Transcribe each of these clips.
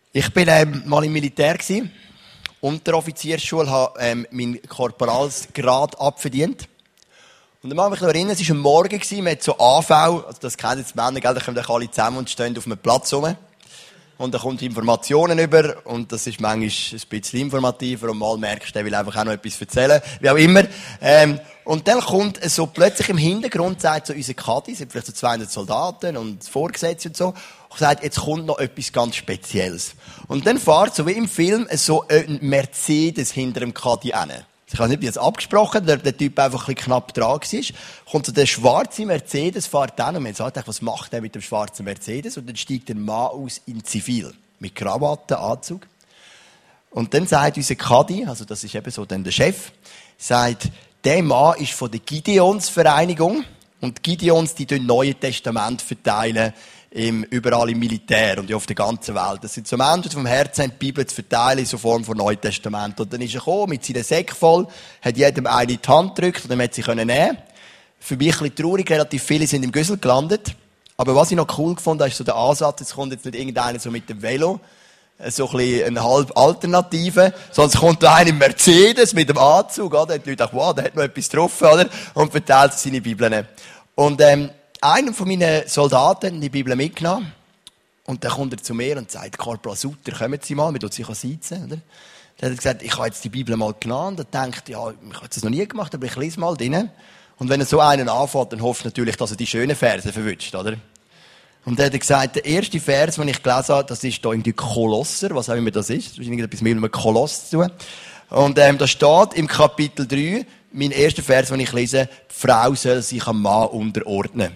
Ich bin mal im Militär gewesen, Unteroffiziersschule, habe meinen Korporalsgrad abverdient. Und dann mag ich mich noch erinnern, es war ein Morgen gewesen, man hat so AV, also das kennen jetzt die Männer, gell, da kommen alle zusammen und stehen auf einem Platz rum. Und dann kommt Informationen über, und das ist manchmal ein bisschen informativer, und mal merkst du, der will einfach auch noch etwas erzählen, wie auch immer. Und dann kommt so plötzlich im Hintergrund, sagt so unser Kadi, sind vielleicht so 200 Soldaten und Vorgesetzte und so, und sagt, jetzt kommt noch etwas ganz Spezielles. Und dann fährt, so wie im Film, so ein Mercedes hinter dem Kadi hin. Ich habe nicht, wie das abgesprochen, der Typ einfach ein bisschen knapp dran war. Kommt so der schwarze Mercedes, fährt dann, und man sagt, was macht der mit dem schwarzen Mercedes? Und dann steigt ein Mann aus in Zivil. Mit Krawatte, Anzug. Und dann sagt unser Kadi, also das ist eben so dann der Chef, sagt, der Mann ist von der Gideonsvereinigung. Und die Gideons, die Neue Testament verteilen, überall im Militär und auf der ganzen Welt. Das sind so Menschen, die vom Herzen haben, die Bibel zu verteilen in so Form von Neuen Testament. Und dann ist er gekommen, mit seinen Säcken voll, hat jedem eine in die Hand gedrückt und dann hat sie nehmen können. Für mich ein bisschen traurig, relativ viele sind im Güssel gelandet. Aber was ich noch cool gefunden habe, ist so der Ansatz, jetzt kommt jetzt nicht irgendeiner so mit dem Velo, so ein bisschen eine halbe Alternative, sondern es kommt da einer im Mercedes mit dem Anzug, oder? Und die Leute dachten, wow, der hat noch etwas getroffen, oder? Und verteilt seine Bibeln. Und, einer von meinen Soldaten hat die Bibel mitgenommen. Und dann kommt er zu mir und sagt, Korporal Sutter, kommen Sie mal, wir sich sitzen, oder? Dann hat er gesagt, ich habe jetzt die Bibel mal genommen. Und er denkt, ja, ich habe das noch nie gemacht, aber ich lese mal drin. Und wenn er so einen anfängt, dann hofft er natürlich, dass er die schönen Verse verwünscht, oder? Und dann hat er gesagt, der erste Vers, den ich gelesen habe, das ist da in die Kolosser, was auch immer das ist. Das ist irgendetwas mit einem Koloss zu tun. Und da steht im Kapitel 3, mein erster Vers, den ich lese, die Frau soll sich am Mann unterordnen.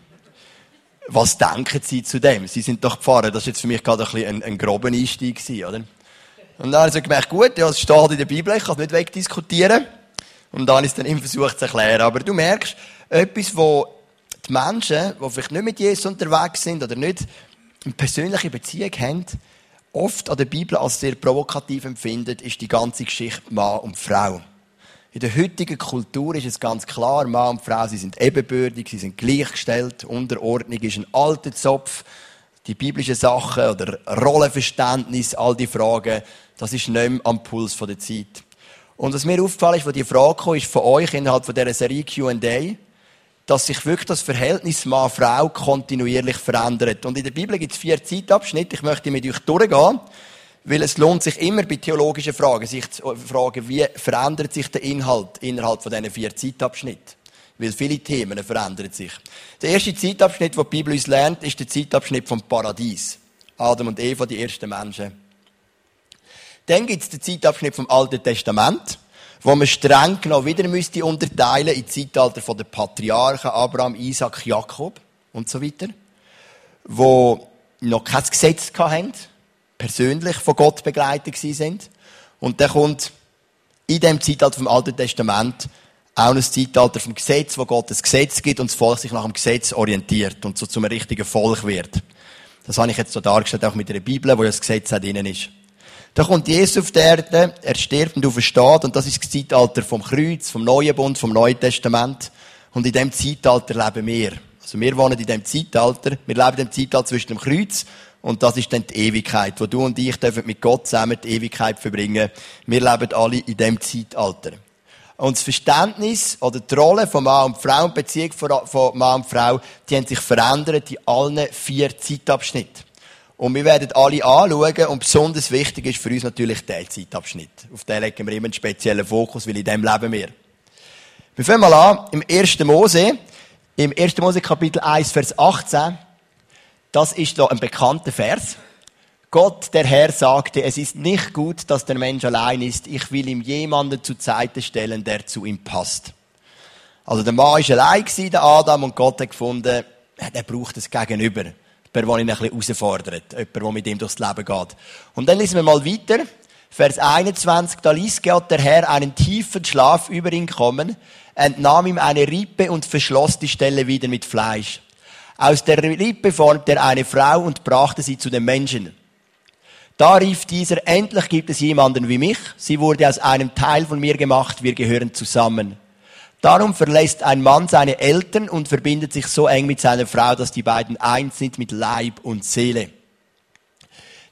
Was denken Sie zu dem? Sie sind doch Pfarrer. Das ist jetzt für mich gerade ein bisschen ein grober Einstieg gewesen, oder? Und dann habe ich so gemerkt, gut, ja, es steht in der Bibel, ich kann es nicht wegdiskutieren. Und dann habe ich es dann immer versucht zu erklären. Aber du merkst, etwas, wo die Menschen, die vielleicht nicht mit Jesus unterwegs sind oder nicht eine persönliche Beziehung haben, oft an der Bibel als sehr provokativ empfinden, ist die ganze Geschichte Mann und Frau. In der heutigen Kultur ist es ganz klar, Mann und Frau, sie sind ebenbürtig, sie sind gleichgestellt, Unterordnung ist ein alter Zopf, die biblischen Sachen oder Rollenverständnis, all die Fragen, das ist nicht mehr am Puls der Zeit. Und was mir aufgefallen ist, wo die Frage kam, ist von euch innerhalb von dieser Serie Q&A, dass sich wirklich das Verhältnis Mann-Frau kontinuierlich verändert. Und in der Bibel gibt es 4 Zeitabschnitte, ich möchte mit euch durchgehen. Weil es lohnt sich immer bei theologischen Fragen, sich zu fragen, wie verändert sich der Inhalt innerhalb von diesen 4 Zeitabschnitten. Weil viele Themen verändern sich. Der erste Zeitabschnitt, den die Bibel uns lernt, ist der Zeitabschnitt vom Paradies. Adam und Eva, die ersten Menschen. Dann gibt es den Zeitabschnitt vom Alten Testament, wo man streng genommen wieder müsste unterteilen in Zeitalter von den Patriarchen, Abraham, Isaac, Jakob und so weiter, wo noch kein Gesetz hatten, persönlich von Gott begleitet sind. Und dann kommt in dem Zeitalter vom Alten Testament auch ein Zeitalter vom Gesetz, wo Gott ein Gesetz gibt und das Volk sich nach dem Gesetz orientiert und so zum richtigen Volk wird. Das habe ich jetzt so dargestellt, auch mit der Bibel, wo ja das Gesetz auch drin ist. Da kommt Jesus auf die Erde, er stirbt und aufersteht, und das ist das Zeitalter vom Kreuz, vom Neuen Bund, vom Neuen Testament. Und in diesem Zeitalter leben wir. Also wir wohnen in diesem Zeitalter, wir leben in dem Zeitalter zwischen dem Kreuz, und das ist dann die Ewigkeit, wo du und ich dürfen mit Gott zusammen die Ewigkeit verbringen. Wir leben alle in diesem Zeitalter. Und das Verständnis oder die Rolle von Mann und Frau und die Beziehung von Mann und Frau, die haben sich verändert in allen 4 Zeitabschnitten. Und wir werden alle anschauen, und besonders wichtig ist für uns natürlich der Zeitabschnitt. Auf den legen wir immer einen speziellen Fokus, weil in dem leben wir. Wir fangen mal an im 1. Mose. Im 1. Mose Kapitel 1, Vers 18. Das ist da ein bekannter Vers. Gott, der Herr, sagte, es ist nicht gut, dass der Mensch allein ist. Ich will ihm jemanden zur Seite stellen, der zu ihm passt. Also der Mann war allein, der Adam, und Gott hat gefunden, er braucht es Gegenüber. Jemand, der ihn ein bisschen herausfordert. Jemand, der mit ihm durchs Leben geht. Und dann lesen wir mal weiter. Vers 21. Da ließ Gott der Herr einen tiefen Schlaf über ihn kommen, entnahm ihm eine Rippe und verschloss die Stelle wieder mit Fleisch. Aus der Rippe formte er eine Frau und brachte sie zu den Menschen. Da rief dieser, endlich gibt es jemanden wie mich. Sie wurde aus einem Teil von mir gemacht, wir gehören zusammen. Darum verlässt ein Mann seine Eltern und verbindet sich so eng mit seiner Frau, dass die beiden eins sind mit Leib und Seele.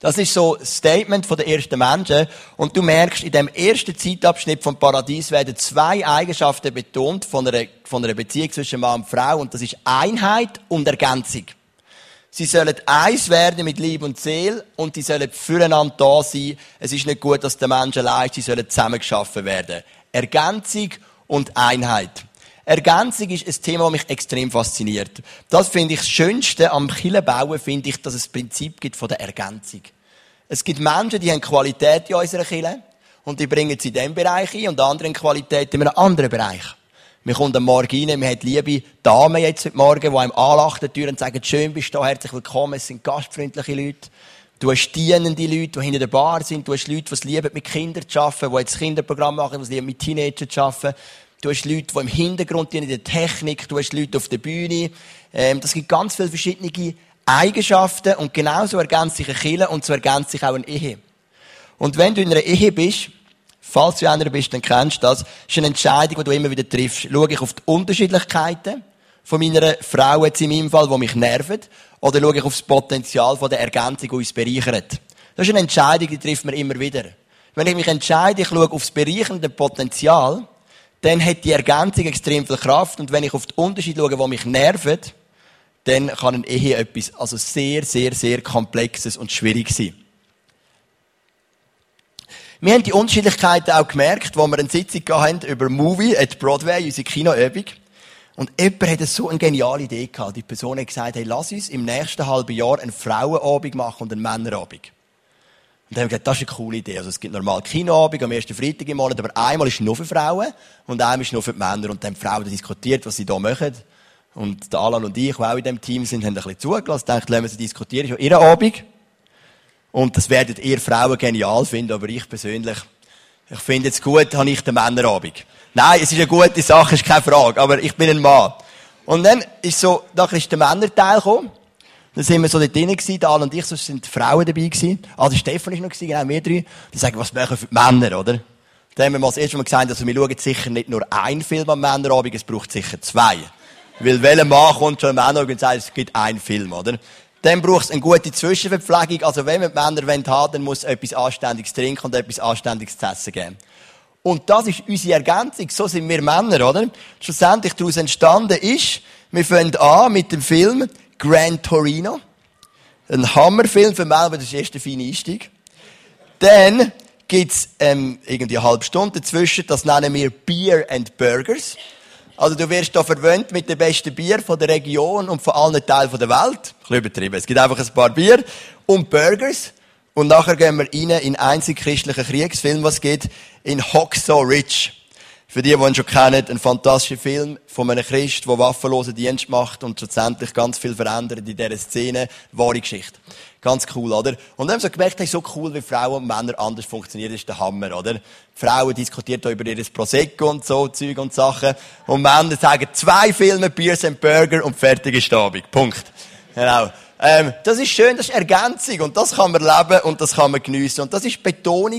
Das ist so das Statement der ersten Menschen. Und du merkst, in dem ersten Zeitabschnitt vom Paradies werden zwei Eigenschaften betont von einer Beziehung zwischen Mann und Frau. Und das ist Einheit und Ergänzung. Sie sollen eins werden mit Liebe und Seele und sie sollen füreinander da sein. Es ist nicht gut, dass der Mensch allein ist, sie sollen zusammengeschaffen werden. Ergänzung und Einheit. Ergänzung ist ein Thema, das mich extrem fasziniert. Das finde ich das Schönste am Kirchenbauen, finde ich, dass es ein Prinzip gibt von der Ergänzung. Es gibt Menschen, die haben Qualität in unserer Kirche und die bringen sie in diesem Bereich ein und andere haben Qualität in einem anderen Bereich. Wir kommen am Morgen rein, wir haben liebe Damen jetzt heute Morgen, die einem anlachen Tür und sagen, schön bist du da, herzlich willkommen, es sind gastfreundliche Leute. Du hast dienende Leute, die hinter der Bar sind, du hast Leute, die es lieben, mit Kindern zu arbeiten, die jetzt Kinderprogramm machen, die es lieben, mit Teenagern zu arbeiten. Du hast Leute, die im Hintergrund dienen, in der Technik, du hast Leute auf der Bühne. Das gibt ganz viele verschiedene Eigenschaften und genauso ergänzt sich eine Kirche und so ergänzt sich auch eine Ehe. Und wenn du in einer Ehe bist, falls du in einer bist, dann kennst du das, ist eine Entscheidung, die du immer wieder triffst. Schaue ich auf die Unterschiedlichkeiten von meiner Frau jetzt in meinem Fall, die mich nerven, oder schaue ich auf das Potenzial von der Ergänzung, die uns bereichert. Das ist eine Entscheidung, die trifft man immer wieder. Wenn ich mich entscheide, ich schaue auf das bereichernde Potenzial, dann hat die Ergänzung extrem viel Kraft. Und wenn ich auf die Unterschiede schaue, die mich nerven, dann kann eine Ehe etwas sehr, sehr, sehr Komplexes und schwierig sein. Wir haben die Unterschiedlichkeiten auch gemerkt, wo wir eine Sitzung hatten über Movie at Broadway, unsere Kinoübung. Und jemand hat so eine geniale Idee gehabt. Die Person hat gesagt, hey, lass uns im nächsten halben Jahr einen Frauenabend machen und einen Männerabend. Und dann haben wir gesagt, das ist eine coole Idee. Also es gibt normal Kinoabend am ersten Freitag im Monat, aber einmal ist nur für Frauen und einmal ist nur für die Männer. Und dann haben die Frauen diskutiert, was sie da machen. Und der Alan und ich, die auch in diesem Team sind, haben ein bisschen zugelassen, dachten, lassen wir sie diskutieren, ist ja ihr Abend. Und das werdet ihr Frauen genial finden, aber ich persönlich, ich finde jetzt gut, habe ich den Männerabend. Nein, es ist eine gute Sache, ist keine Frage, aber ich bin ein Mann. Und dann ist nachher ist der Männerteil gekommen. Dann sind wir so dort drinnen gewesen, der Alan und ich, sonst sind die Frauen dabei gewesen. Ah, der Stefan ist noch gewesen, genau, wir drei. Die sagen, was machen wir für die Männer, oder? Dann haben wir mal das erste Mal gesagt, also wir schauen sicher nicht nur einen Film am Männerabend, es braucht sicher zwei. Weil welcher Mann kommt schon am Männerabend und sagt, es gibt einen Film, oder? Dann braucht es eine gute Zwischenverpflegung. Also wenn wir die Männer haben wollen, dann muss es etwas Anständiges trinken und etwas Anständiges zu essen geben. Und das ist unsere Ergänzung. So sind wir Männer, oder? Schlussendlich daraus entstanden ist, wir fangen an mit dem Film Gran Torino. Ein Hammerfilm für Männer, das ist der erste feine Einstieg. Dann gibt's irgendwie eine halbe Stunde dazwischen, das nennen wir Beer and Burgers. Also du wirst da verwöhnt mit dem besten Bier von der Region und von allen Teilen der Welt. Ein bisschen übertrieben. Es gibt einfach ein paar Bier und Burgers. Und nachher gehen wir rein in einen einzig christlichen Kriegsfilm, was geht, in Hacksaw Ridge. Für die ihn schon kennen, ein fantastischer Film von einem Christ, der waffenlosen Dienst macht und schlussendlich ganz viel verändert in dieser Szene. Wahre Geschichte. Ganz cool, oder? Und dann haben wir so gemerkt, hey, so cool, wie Frauen und Männer anders funktionieren, das ist der Hammer, oder? Die Frauen diskutieren da über ihr Prosecco und so, Zeug und Sachen. Und Männer sagen, 2 Filme, Beers and Burger und fertig ist der Abend. Punkt. Genau. Das ist schön, das ist Ergänzung und das kann man leben und das kann man geniessen. Und das ist Betonung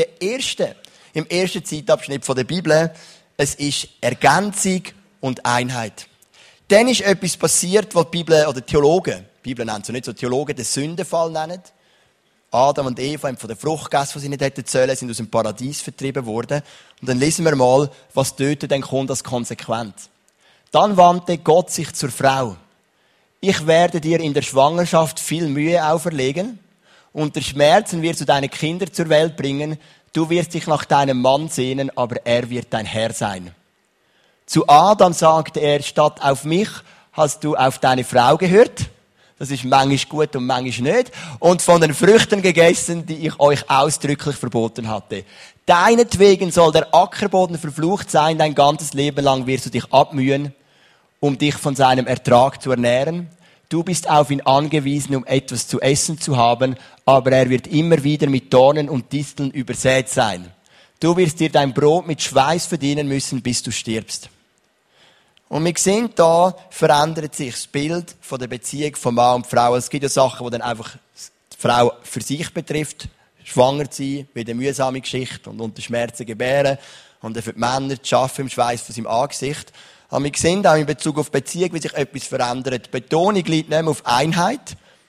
im ersten Zeitabschnitt der Bibel. Es ist Ergänzung und Einheit. Dann ist etwas passiert, was die Bibel oder Theologen, die Bibel nennt es nicht so, Theologen den Sündenfall nennen. Adam und Eva haben von der Frucht gegessen, die sie nicht hätten sollen, sind aus dem Paradies vertrieben worden. Und dann lesen wir mal, was dort dann kommt als Konsequenz. Dann wandte Gott sich zur Frau. Ich werde dir in der Schwangerschaft viel Mühe auferlegen. Unter Schmerzen wirst du deine Kinder zur Welt bringen. Du wirst dich nach deinem Mann sehnen, aber er wird dein Herr sein. Zu Adam sagte er, statt auf mich hast du auf deine Frau gehört. Das ist manchmal gut und manchmal nicht. Und von den Früchten gegessen, die ich euch ausdrücklich verboten hatte. Deinetwegen soll der Ackerboden verflucht sein, dein ganzes Leben lang wirst du dich abmühen, um dich von seinem Ertrag zu ernähren. Du bist auf ihn angewiesen, um etwas zu essen zu haben, aber er wird immer wieder mit Dornen und Disteln übersät sein. Du wirst dir dein Brot mit Schweiß verdienen müssen, bis du stirbst. Und wir sehen, da verändert sich das Bild von der Beziehung von Mann und Frau. Es gibt ja Sachen, die dann einfach die Frau für sich betrifft. Schwanger zu sein, wie eine mühsame Geschichte und unter Schmerzen gebären. Und dann für die Männer zu arbeiten im Schweiß von seinem Angesicht. Aber wir sehen auch in Bezug auf Beziehung, wie sich etwas verändert. Die Betonung liegt nicht mehr auf Einheit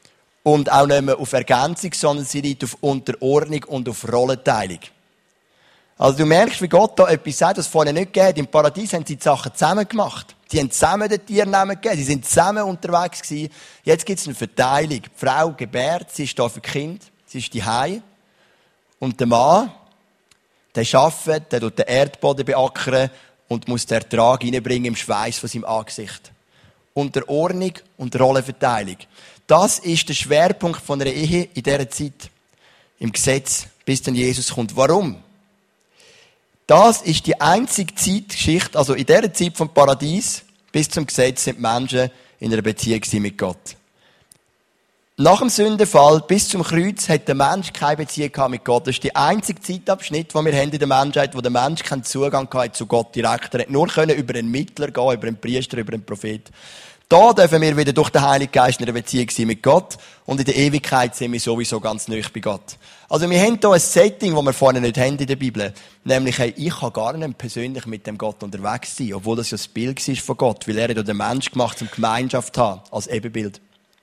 und auch nicht mehr auf Ergänzung, sondern sie liegt auf Unterordnung und auf Rollenteilung. Also du merkst, wie Gott da etwas sagt, das es vorher nicht gegeben hat. Im Paradies haben sie die Sachen zusammen gemacht. Die haben zusammen den Tiernamen gegeben. Sie sind zusammen unterwegs gewesen. Jetzt gibt es eine Verteilung. Die Frau gebärt, sie ist da für Kind, sie ist daheim. Und der Mann, der arbeitet, der tut den Erdboden beackern und muss den Ertrag reinbringen im Schweiß von seinem Angesicht. Unterordnung und Rollenverteilung. Das ist der Schwerpunkt von einer Ehe in dieser Zeit. Im Gesetz, bis dann Jesus kommt. Warum? Das ist die einzige Zeitgeschichte, also in dieser Zeit vom Paradies bis zum Gesetz sind die Menschen in einer Beziehung mit Gott. Nach dem Sündenfall bis zum Kreuz hat der Mensch keine Beziehung mit Gott. Das ist der einzige Zeitabschnitt, den wir haben in der Menschheit, wo der Mensch keinen Zugang hatte zu Gott direkt. Er hat nur über einen Mittler gehen, über einen Priester, über einen Prophet. Da dürfen wir wieder durch den Heiligen Geist in einer Beziehung sein mit Gott und in der Ewigkeit sind wir sowieso ganz nahe bei Gott. Also wir haben hier ein Setting, das wir vorne nicht haben in der Bibel. Nämlich, ich kann gar nicht persönlich mit dem Gott unterwegs sein, obwohl das ja das Bild ist von Gott, weil er hat ja den Mensch gemacht, um Gemeinschaft zu haben, als Ebenbild.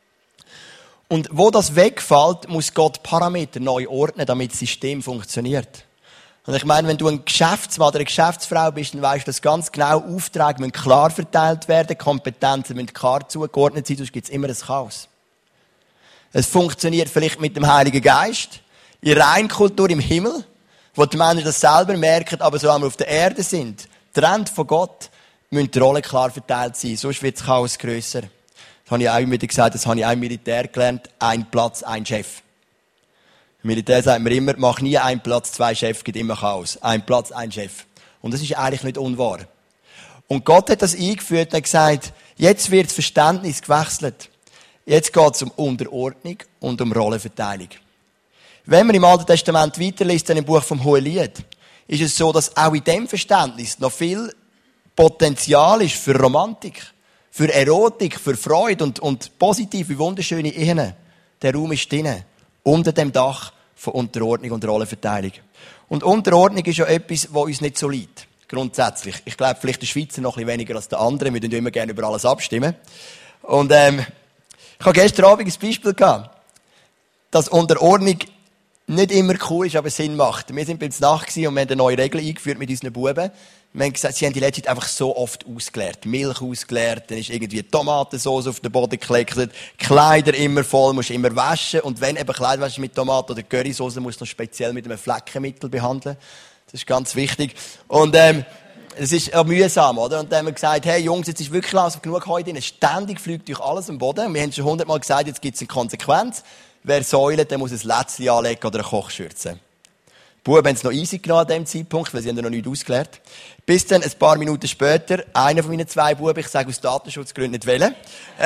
Und wo das wegfällt, muss Gott Parameter neu ordnen, damit das System funktioniert. Und ich meine, wenn du ein Geschäftsmann oder eine Geschäftsfrau bist, dann weisst du das ganz genau. Aufträge müssen klar verteilt werden, Kompetenzen müssen klar zugeordnet sein, sonst gibt es immer ein Chaos. Es funktioniert vielleicht mit dem Heiligen Geist, in Reinkultur im Himmel, wo die Menschen das selber merken, aber so einmal auf der Erde sind, getrennt von Gott, müssen die Rollen klar verteilt sein, sonst wird das Chaos grösser. Das habe ich auch immer wieder gesagt, das habe ich auch im Militär gelernt, ein Platz, ein Chef. Im Militär sagt man immer, mach nie einen Platz, zwei Chefs, gibt immer Chaos. Ein Platz, ein Chef. Und das ist eigentlich nicht unwahr. Und Gott hat das eingeführt und hat gesagt, jetzt wird das Verständnis gewechselt. Jetzt geht es um Unterordnung und um Rollenverteilung. Wenn man im Alten Testament weiterliest, dann im Buch vom Hohelied, ist es so, dass auch in diesem Verständnis noch viel Potenzial ist für Romantik, für Erotik, für Freude und positive, wunderschöne Ehen. Der Raum ist drinnen. Unter dem Dach von Unterordnung und Rollenverteilung. Und Unterordnung ist ja etwas, was uns nicht so liegt. Grundsätzlich. Ich glaube, vielleicht der Schweizer noch ein bisschen weniger als der andere. Wir tun immer gerne über alles abstimmen. Und, ich habe gestern Abend ein Beispiel gehabt, dass Unterordnung nicht immer cool ist, aber Sinn macht. Wir sind beim Nacht und wir haben eine neue Regel eingeführt mit unseren Buben. Wir haben gesagt, sie haben die letzte Zeit einfach so oft ausgeleert. Milch ausgeleert, dann ist irgendwie Tomatensauce auf den Boden gekleckert, Kleider immer voll, musst immer waschen. Und wenn eben Kleider waschen mit Tomaten oder Currysauce, musst du noch speziell mit einem Fleckenmittel behandeln. Das ist ganz wichtig. Und, es ist auch mühsam, oder? Und dann haben wir gesagt, hey Jungs, jetzt ist wirklich langsam genug heute drin. Ständig fliegt euch alles am Boden. Und wir haben schon 100-mal gesagt, jetzt gibt es eine Konsequenz. Wer säulet, der muss ein Lätzchen anlegen oder eine Kochschürze. Die Buben haben es noch easy genommen an diesem Zeitpunkt, weil sie haben ja noch nichts ausgelernt. Bis dann, ein paar Minuten später, einer von meinen zwei Buben, ich sage aus Datenschutzgründen nicht wählen,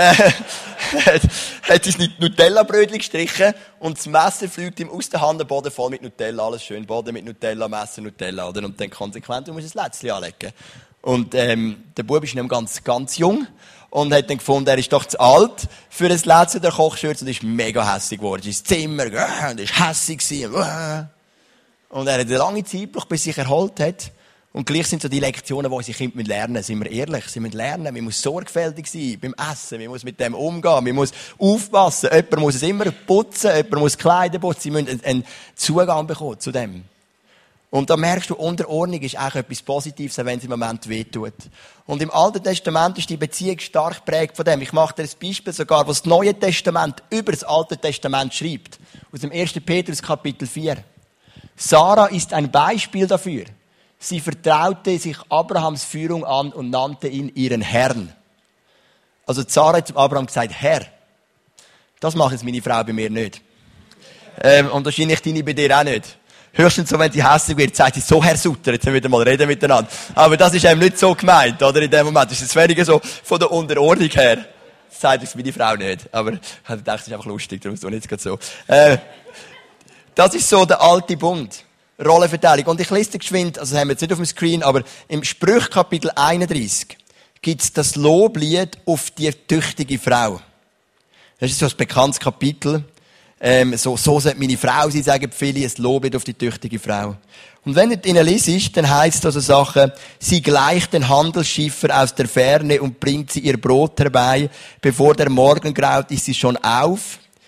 hat sein Nutella-Brötchen gestrichen und das Messer fliegt ihm aus der Hand, der Boden voll mit Nutella, alles schön, Boden mit Nutella, Messer, Nutella, oder? Und dann konsequent, du musst ein Lätzchen anlegen. Und, der Bub ist noch ganz jung und hat dann gefunden, er ist doch zu alt für ein Lätzchen der Kochschürze und ist mega hässig geworden. Er ist ins Zimmer, und ist hässig gewesen. Und er hat eine lange Zeit gebraucht, bis er sich erholt hat. Und gleich sind so die Lektionen, die unsere Kinder lernen müssen. Sind wir ehrlich? Sie müssen lernen. Man muss sorgfältig sein beim Essen. Man muss mit dem umgehen. Man muss aufpassen. Jemand muss es immer putzen. Jemand muss Kleider putzen. Sie müssen einen Zugang bekommen zu dem. Und da merkst du, Unterordnung ist eigentlich etwas Positives, auch wenn es im Moment wehtut. Und im Alten Testament ist die Beziehung stark geprägt von dem. Ich mache dir ein Beispiel sogar, was das Neue Testament über das Alte Testament schreibt. Aus dem 1. Petrus Kapitel 4. Sarah ist ein Beispiel dafür. Sie vertraute sich Abrahams Führung an und nannte ihn ihren Herrn. Also Sarah hat zu Abraham gesagt, Herr. Das macht jetzt meine Frau bei mir nicht. Und wahrscheinlich deine bei dir auch nicht. Höchstens so, wenn sie hässlich wird, sagt sie, so Herr Sutter, jetzt müssen wir wieder mal reden miteinander. Aber das ist eben nicht so gemeint, oder? In dem Moment. Das ist jetzt weniger so von der Unterordnung her. Das sagt jetzt meine Frau nicht. Aber ich dachte, das ist einfach lustig, darum so nicht so. Das ist so der alte Bund. Rollenverteilung. Und ich lese dir geschwind, also das haben wir jetzt nicht auf dem Screen, aber im Sprüch Kapitel 31 gibt es das Loblied auf die tüchtige Frau. Das ist so ein bekanntes Kapitel. So sollte meine Frau sein, sagen viele, es Loblied auf die tüchtige Frau. Und wenn du ihnen liest, dann heisst es also Sachen, sie gleicht den Handelsschiffer aus der Ferne und bringt sie ihr Brot herbei. Bevor der Morgen graut, ist sie schon auf.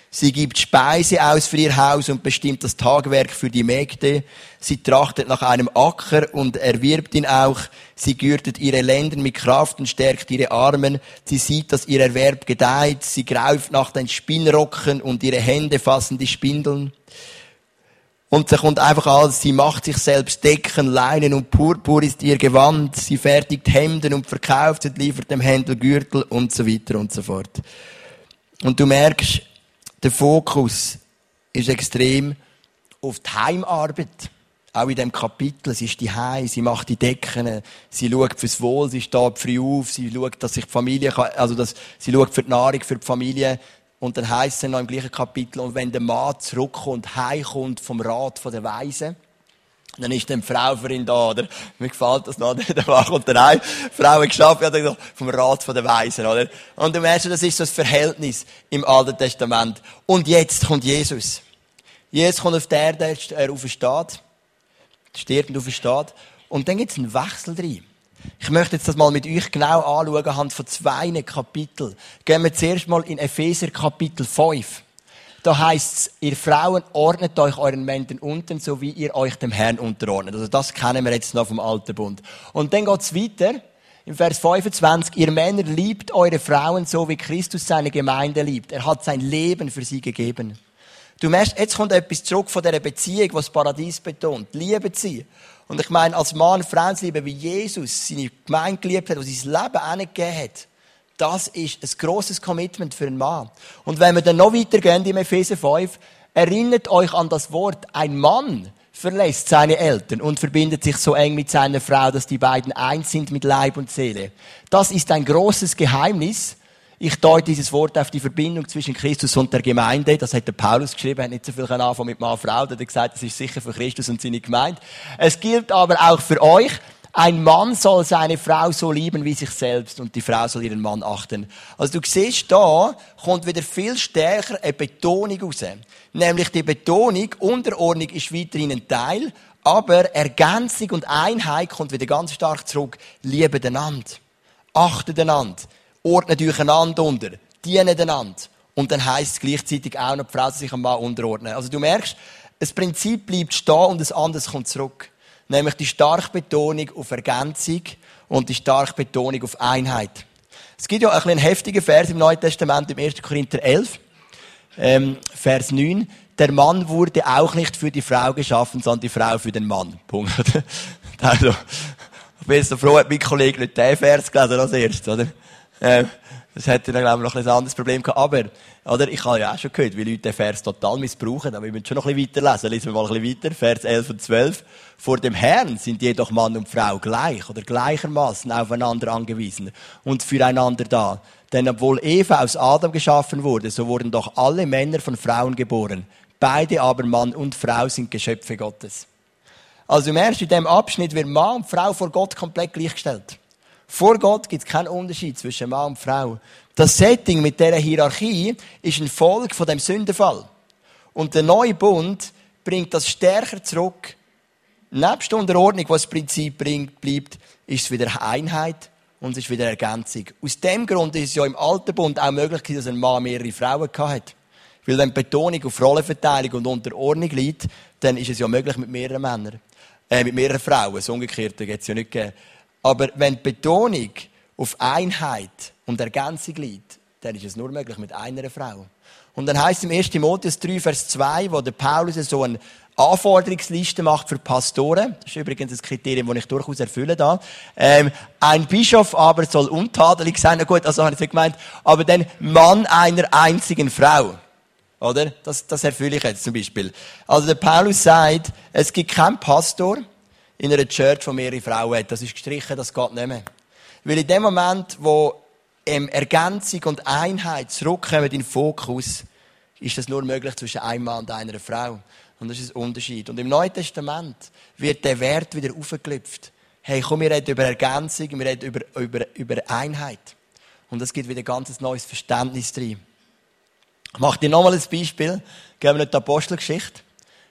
Sie gibt Speise aus für ihr Haus und bestimmt das Tagwerk für die Mägde. Sie trachtet nach einem Acker und erwirbt ihn auch. Sie gürtet ihre Lenden mit Kraft und stärkt ihre Armen. Sie sieht, dass ihr Erwerb gedeiht. Sie greift nach den Spinnrocken und ihre Hände fassen die Spindeln. Und sie kommt einfach alles, sie macht sich selbst Decken, Leinen und Purpur ist ihr Gewand. Sie fertigt Hemden und verkauft und liefert dem Händler Gürtel und so weiter und so fort. Und du merkst, der Fokus ist extrem auf die Heimarbeit. Auch in diesem Kapitel. Sie ist daheim, sie macht die Decken, sie schaut fürs Wohl, sie steht früh auf, sie schaut, dass sich die Familie sie schaut für die Nahrung für die Familie. Und dann heisst es noch im gleichen Kapitel, und wenn der Mann zurückkommt, heimkommt vom Rat der Weisen, dann ist dann die Frau für ihn da, oder? Mir gefällt das noch, der Mann kommt rein, Frau hat geschafft, hat gesagt, vom Rat der Weisen, oder? Und du merkst, das ist so das Verhältnis im Alten Testament. Und jetzt kommt Jesus. Jesus kommt auf die Erde, er aufersteht, stirbt und aufersteht. Und dann gibt es einen Wechsel drin. Ich möchte jetzt das mal mit euch genau anschauen, anhand von 2 Kapiteln. Gehen wir zuerst mal in Epheser Kapitel 5. Da heisst es, ihr Frauen ordnet euch euren Männern unter, so wie ihr euch dem Herrn unterordnet. Also das kennen wir jetzt noch vom Alten Bund. Und dann geht es weiter, im Vers 25, ihr Männer liebt eure Frauen, so wie Christus seine Gemeinde liebt. Er hat sein Leben für sie gegeben. Du merkst, jetzt kommt etwas zurück von dieser Beziehung, was das Paradies betont. Lieben sie. Und ich meine, als Mann Frauen zu lieben, wie Jesus seine Gemeinde geliebt hat, die sein Leben angegeben hat, das ist ein grosses Commitment für einen Mann. Und wenn wir dann noch weitergehen im Epheser 5, erinnert euch an das Wort, ein Mann verlässt seine Eltern und verbindet sich so eng mit seiner Frau, dass die beiden eins sind mit Leib und Seele. Das ist ein grosses Geheimnis. Ich deute dieses Wort auf die Verbindung zwischen Christus und der Gemeinde. Das hat der Paulus geschrieben, er hat nicht so viel anfangen mit Mann und Frau. Da hat er gesagt, das ist sicher für Christus und seine Gemeinde. Es gilt aber auch für euch. Ein Mann soll seine Frau so lieben wie sich selbst und die Frau soll ihren Mann achten. Also du siehst, da kommt wieder viel stärker eine Betonung raus. Nämlich die Betonung, Unterordnung ist weiterhin ein Teil, aber Ergänzung und Einheit kommt wieder ganz stark zurück. Lieben einander, achten einander, ordnet euch einander unter, dienen einander. Und dann heisst es gleichzeitig auch noch, die Frau soll sich am Mann unterordnen. Also du merkst, das Prinzip bleibt stehen und das anderes kommt zurück. Nämlich die starke Betonung auf Ergänzung und die starke Betonung auf Einheit. Es gibt ja einen heftigen Vers im Neuen Testament, im 1. Korinther 11, Vers 9. Der Mann wurde auch nicht für die Frau geschaffen, sondern die Frau für den Mann. Punkt. Also, ich bin so froh, hat mein Kollege nicht den Vers gelesen als erstes, oder? Das hätte dann, glaube ich, noch ein anderes Problem gehabt. Aber, oder? Ich habe ja auch schon gehört, wie Leute den Vers total missbrauchen. Aber wir müssen schon noch ein bisschen weiterlesen. Lesen wir mal ein bisschen weiter. Vers 11 und 12. Vor dem Herrn sind jedoch Mann und Frau gleich oder gleichermaßen aufeinander angewiesen und füreinander da. Denn obwohl Eva aus Adam geschaffen wurde, so wurden doch alle Männer von Frauen geboren. Beide aber, Mann und Frau, sind Geschöpfe Gottes. Also du merkst, in diesem Abschnitt wird Mann und Frau vor Gott komplett gleichgestellt. Vor Gott gibt es keinen Unterschied zwischen Mann und Frau. Das Setting mit dieser Hierarchie ist eine Folge von dem Sündenfall. Und der neue Bund bringt das stärker zurück. Nebst der Unterordnung, was das Prinzip bleibt, ist es wieder Einheit und es ist wieder Ergänzung. Aus dem Grund ist es ja im Alten Bund auch möglich, dass ein Mann mehrere Frauen hatte. Weil wenn die Betonung auf Rollenverteilung und Unterordnung liegt, dann ist es ja möglich mit mehreren Männern. Mit mehreren Frauen. Das Umgekehrte geht es ja nicht geben. Aber wenn die Betonung auf Einheit und Ergänzung liegt, dann ist es nur möglich mit einer Frau. Und dann heisst es im 1. Timotheus 3, Vers 2, wo der Paulus so eine Anforderungsliste macht für Pastoren. Das ist übrigens ein Kriterium, das ich durchaus erfülle da. Ein Bischof aber soll untadelig sein. Na gut, also habe ich es nicht gemeint. Aber dann Mann einer einzigen Frau. Oder? Das erfülle ich jetzt zum Beispiel. Also der Paulus sagt, es gibt keinen Pastor in einer Church, die mehrere Frauen hat. Das ist gestrichen, das geht nicht mehr. Weil in dem Moment, wo Ergänzung und Einheit zurückkommen in den Fokus, ist das nur möglich zwischen einem Mann und einer Frau. Und das ist ein Unterschied. Und im Neuen Testament wird der Wert wieder aufgeklüpft. Hey, komm, wir reden über Ergänzung, wir reden über Einheit. Und es gibt wieder ein ganz neues Verständnis drin. Ich mache dir nochmal ein Beispiel. Gehen wir nicht die Apostelgeschichte.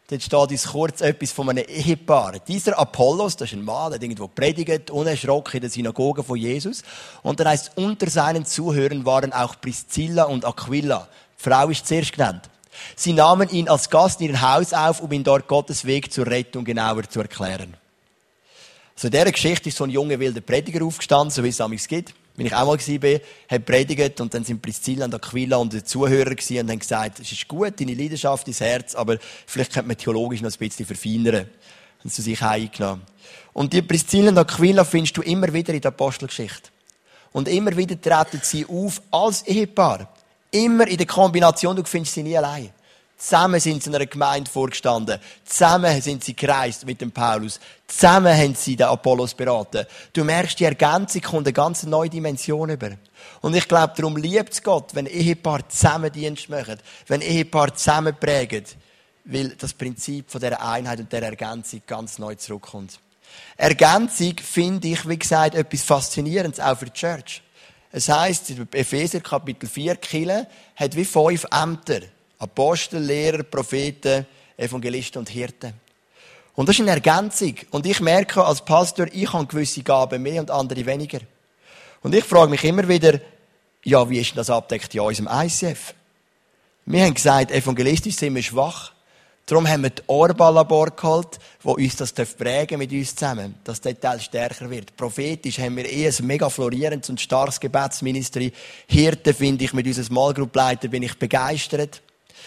Dort steht uns kurz etwas von einem Ehepaar. Dieser Apollos, das ist ein Mann, der irgendwo predigt, unerschrocken in der Synagoge von Jesus. Und dann heisst, unter seinen Zuhörern waren auch Priscilla und Aquila. Die Frau ist zuerst genannt. Sie nahmen ihn als Gast in ihr Haus auf, um ihm dort Gottes Weg zur Rettung genauer zu erklären. Also in dieser Geschichte ist so ein junger wilder Prediger aufgestanden, so wie es amigs gibt. Wenn ich auch mal war, hat predigt und dann sind Priscilla und Aquila und die Zuhörer gewesen und haben gesagt, es ist gut, deine Leidenschaft, dein Herz, aber vielleicht könnte man theologisch noch ein bisschen verfeinern. Und sie sich eingenommen. Und die Priscilla und Aquila findest du immer wieder in der Apostelgeschichte. Und immer wieder treten sie auf als Ehepaar. Immer in der Kombination, du findest sie nie allein. Zusammen sind sie in einer Gemeinde vorgestanden. Zusammen sind sie gereist mit dem Paulus. Zusammen haben sie den Apollos beraten. Du merkst, die Ergänzung kommt eine ganz neue Dimension über. Und ich glaube, darum liebt es Gott, wenn Ehepaare zusammen Dienst machen. Wenn Ehepaare zusammen prägen. Weil das Prinzip von dieser Einheit und dieser Ergänzung ganz neu zurückkommt. Ergänzung finde ich, wie gesagt, etwas Faszinierendes, auch für die Church. Es heisst, in Epheser Kapitel 4, die Kirche hat wie 5 Ämter. Apostel, Lehrer, Propheten, Evangelisten und Hirten. Und das ist eine Ergänzung. Und ich merke als Pastor, ich habe gewisse Gaben mehr und andere weniger. Und ich frage mich immer wieder, ja, wie ist denn das abdeckt in unserem ICF? Wir haben gesagt, evangelistisch sind wir schwach. Darum haben wir die Orba an Bord geholt, die uns das prägen mit uns zusammen, dass der Teil stärker wird. Prophetisch haben wir ein mega florierendes und starkes Gebetsministerium. Hirten finde ich, mit unserem Small Group Leiter bin ich begeistert.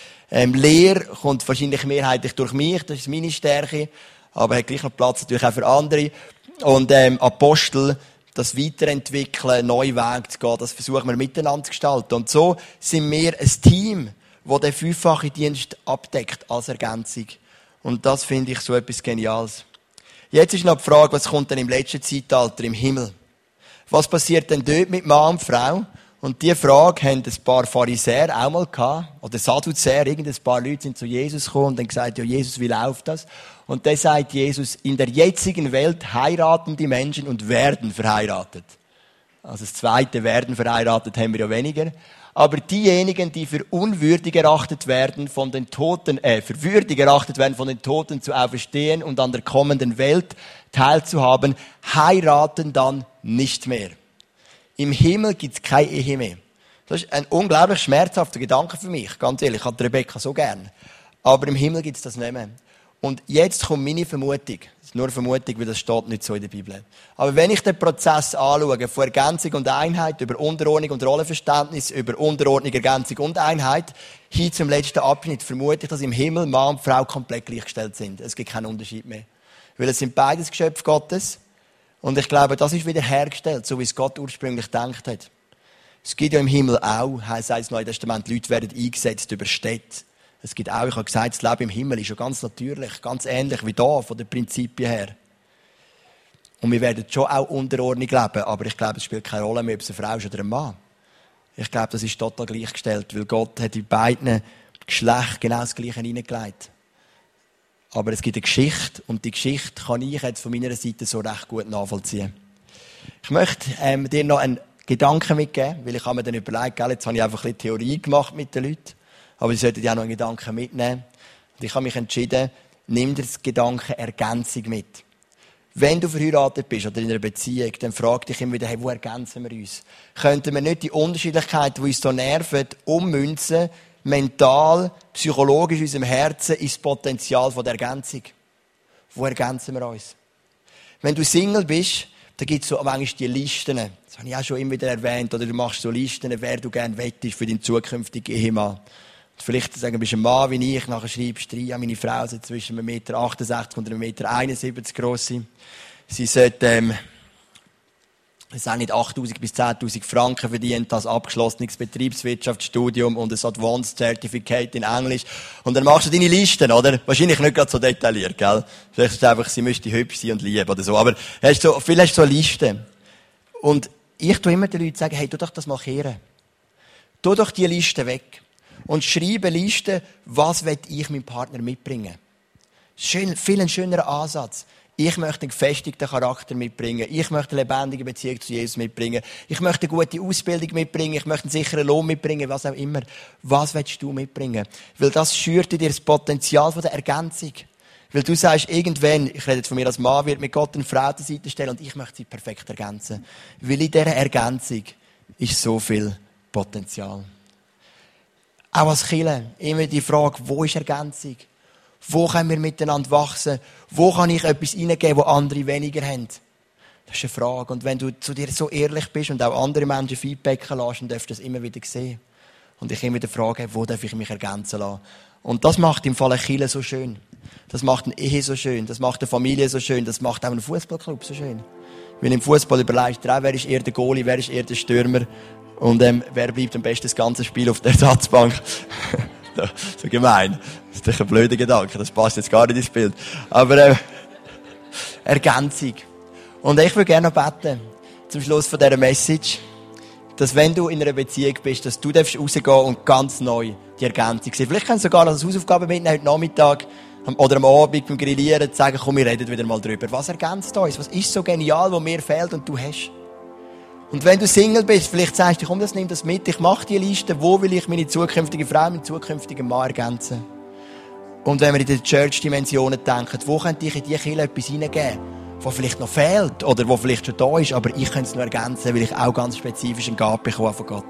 Lehre kommt wahrscheinlich mehrheitlich durch mich, das ist meine Stärke, aber hat gleich noch Platz natürlich auch für andere. Und Apostel, das Weiterentwickeln, neue Wege zu gehen, das versuchen wir miteinander zu gestalten. Und so sind wir ein Team, das den 5-fachen Dienst abdeckt als Ergänzung. Und das finde ich so etwas Geniales. Jetzt ist noch die Frage, was kommt denn im letzten Zeitalter im Himmel? Was passiert denn dort mit Mann und Frau? Und diese Frage haben ein paar Pharisäer auch mal gehabt. Oder Sadduzäer, ein paar Leute sind zu Jesus gekommen und haben gesagt, ja, Jesus, wie läuft das? Und dann sagt Jesus, in der jetzigen Welt heiraten die Menschen und werden verheiratet. Also das zweite werden verheiratet haben wir ja weniger. Aber diejenigen, die für unwürdig erachtet werden von den Toten, für würdig erachtet werden von den Toten zu auferstehen und an der kommenden Welt teilzuhaben, heiraten dann nicht mehr. Im Himmel gibt es keine Ehe mehr. Das ist ein unglaublich schmerzhafter Gedanke für mich. Ganz ehrlich, ich habe Rebecca so gern. Aber im Himmel gibt es das nicht mehr. Und jetzt kommt meine Vermutung. Das ist nur eine Vermutung, weil das steht nicht so in der Bibel. Aber wenn ich den Prozess anschaue, von Ergänzung und Einheit, über Unterordnung und Rollenverständnis, über Unterordnung, Ergänzung und Einheit, hin zum letzten Abschnitt, vermute ich, dass im Himmel Mann und Frau komplett gleichgestellt sind. Es gibt keinen Unterschied mehr. Weil es sind beides Geschöpfe Gottes. Und ich glaube, das ist wieder hergestellt, so wie es Gott ursprünglich gedacht hat. Es gibt ja im Himmel auch, heisst das Neue Testament, Leute werden eingesetzt über Städte. Es gibt auch, ich habe gesagt, das Leben im Himmel ist ja ganz natürlich, ganz ähnlich wie da, von den Prinzipien her. Und wir werden schon auch Unterordnung leben, aber ich glaube, es spielt keine Rolle mehr, ob es eine Frau ist oder ein Mann. Ich glaube, das ist total gleichgestellt, weil Gott hat in beiden Geschlechtern genau das Gleiche hineingelegt. Aber es gibt eine Geschichte und die Geschichte kann ich jetzt von meiner Seite so recht gut nachvollziehen. Ich möchte dir noch einen Gedanken mitgeben, weil ich habe mir dann überlegt, jetzt habe ich einfach ein bisschen Theorie gemacht mit den Leuten, aber sie sollten ja auch noch einen Gedanken mitnehmen. Und ich habe mich entschieden, nimm dir das Gedanken Ergänzung mit. Wenn du verheiratet bist oder in einer Beziehung, dann frag dich immer wieder, hey, wo ergänzen wir uns? Könnten wir nicht die Unterschiedlichkeiten, die uns hier nerven, ummünzen, mental, psychologisch in unserem Herzen ins Potenzial der Ergänzung? Wo ergänzen wir uns? Wenn du Single bist, dann gibt es so manchmal die Listen. Das habe ich auch schon immer wieder erwähnt. Oder du machst so Listen, wer du gerne wettest für deinen zukünftigen Ehemann. Und vielleicht sagen, bist du ein Mann wie ich, nachher schreibst du rein, meine Frau soll zwischen 1,68 Meter und 1,71 Meter gross sein. Sie sollte, es auch nicht 8'000 bis 10'000 Franken verdient, als abgeschlossenes Betriebswirtschaftsstudium und ein Advanced Certificate in Englisch. Und dann machst du deine Listen, oder? Wahrscheinlich nicht gerade so detailliert, gell? Vielleicht ist es einfach, sie müsste hübsch sein und lieb oder so. Aber vielleicht hast du so eine Liste. Und ich tue immer den Leuten sagen, hey, tu doch das mal kehren. Tu doch die Liste weg. Und schreibe Liste, was will ich meinem Partner mitbringen. Viel ein schönerer Ansatz. Ich möchte einen gefestigten Charakter mitbringen. Ich möchte eine lebendige Beziehung zu Jesus mitbringen. Ich möchte eine gute Ausbildung mitbringen. Ich möchte einen sicheren Lohn mitbringen, was auch immer. Was willst du mitbringen? Weil das schürt in dir das Potenzial von der Ergänzung. Weil du sagst, irgendwann, ich rede jetzt von mir als Mann, wird mir Gott eine Frau zur Seite stellen und ich möchte sie perfekt ergänzen. Weil in dieser Ergänzung ist so viel Potenzial. Auch als Kirche immer die Frage, wo ist Ergänzung? Wo können wir miteinander wachsen? Wo kann ich etwas reingeben, wo andere weniger haben? Das ist eine Frage. Und wenn du zu dir so ehrlich bist und auch andere Menschen Feedback lässt, dann darfst du das immer wieder sehen. Und ich immer wieder fragen, wo darf ich mich ergänzen lassen? Und das macht im Fall eine Kirche so schön. Das macht eine Ehe so schön. Das macht eine Familie so schön. Das macht auch einen Fußballclub so schön. Weil im Fußball überlegst du auch, wer ist eher der Goalie, wer ist eher der Stürmer und wer bleibt am besten das ganze Spiel auf der Ersatzbank. So gemein. Das ist doch ein blöder Gedanke. Das passt jetzt gar nicht ins Bild. Aber Ergänzung. Und ich würde gerne noch beten, zum Schluss von dieser Message, dass wenn du in einer Beziehung bist, dass du rausgehen und ganz neu die Ergänzung sehen. Vielleicht kannst du sogar als Hausaufgabe mitnehmen, heute Nachmittag oder am Abend beim Grillieren, zu sagen, komm, wir reden wieder mal drüber. Was ergänzt uns? Was ist so genial, was mir fehlt und du hast? Und wenn du Single bist, vielleicht sagst du, komm, nimm das mit, ich mache die Liste, wo will ich meine zukünftige Frau, meinen zukünftigen Mann ergänzen? Und wenn wir in die Church-Dimensionen denken, wo könnte ich in die Kirche etwas hineingeben, was vielleicht noch fehlt oder was vielleicht schon da ist, aber ich könnte es nur ergänzen, weil ich auch ganz spezifisch eine Gabe bekomme von Gott.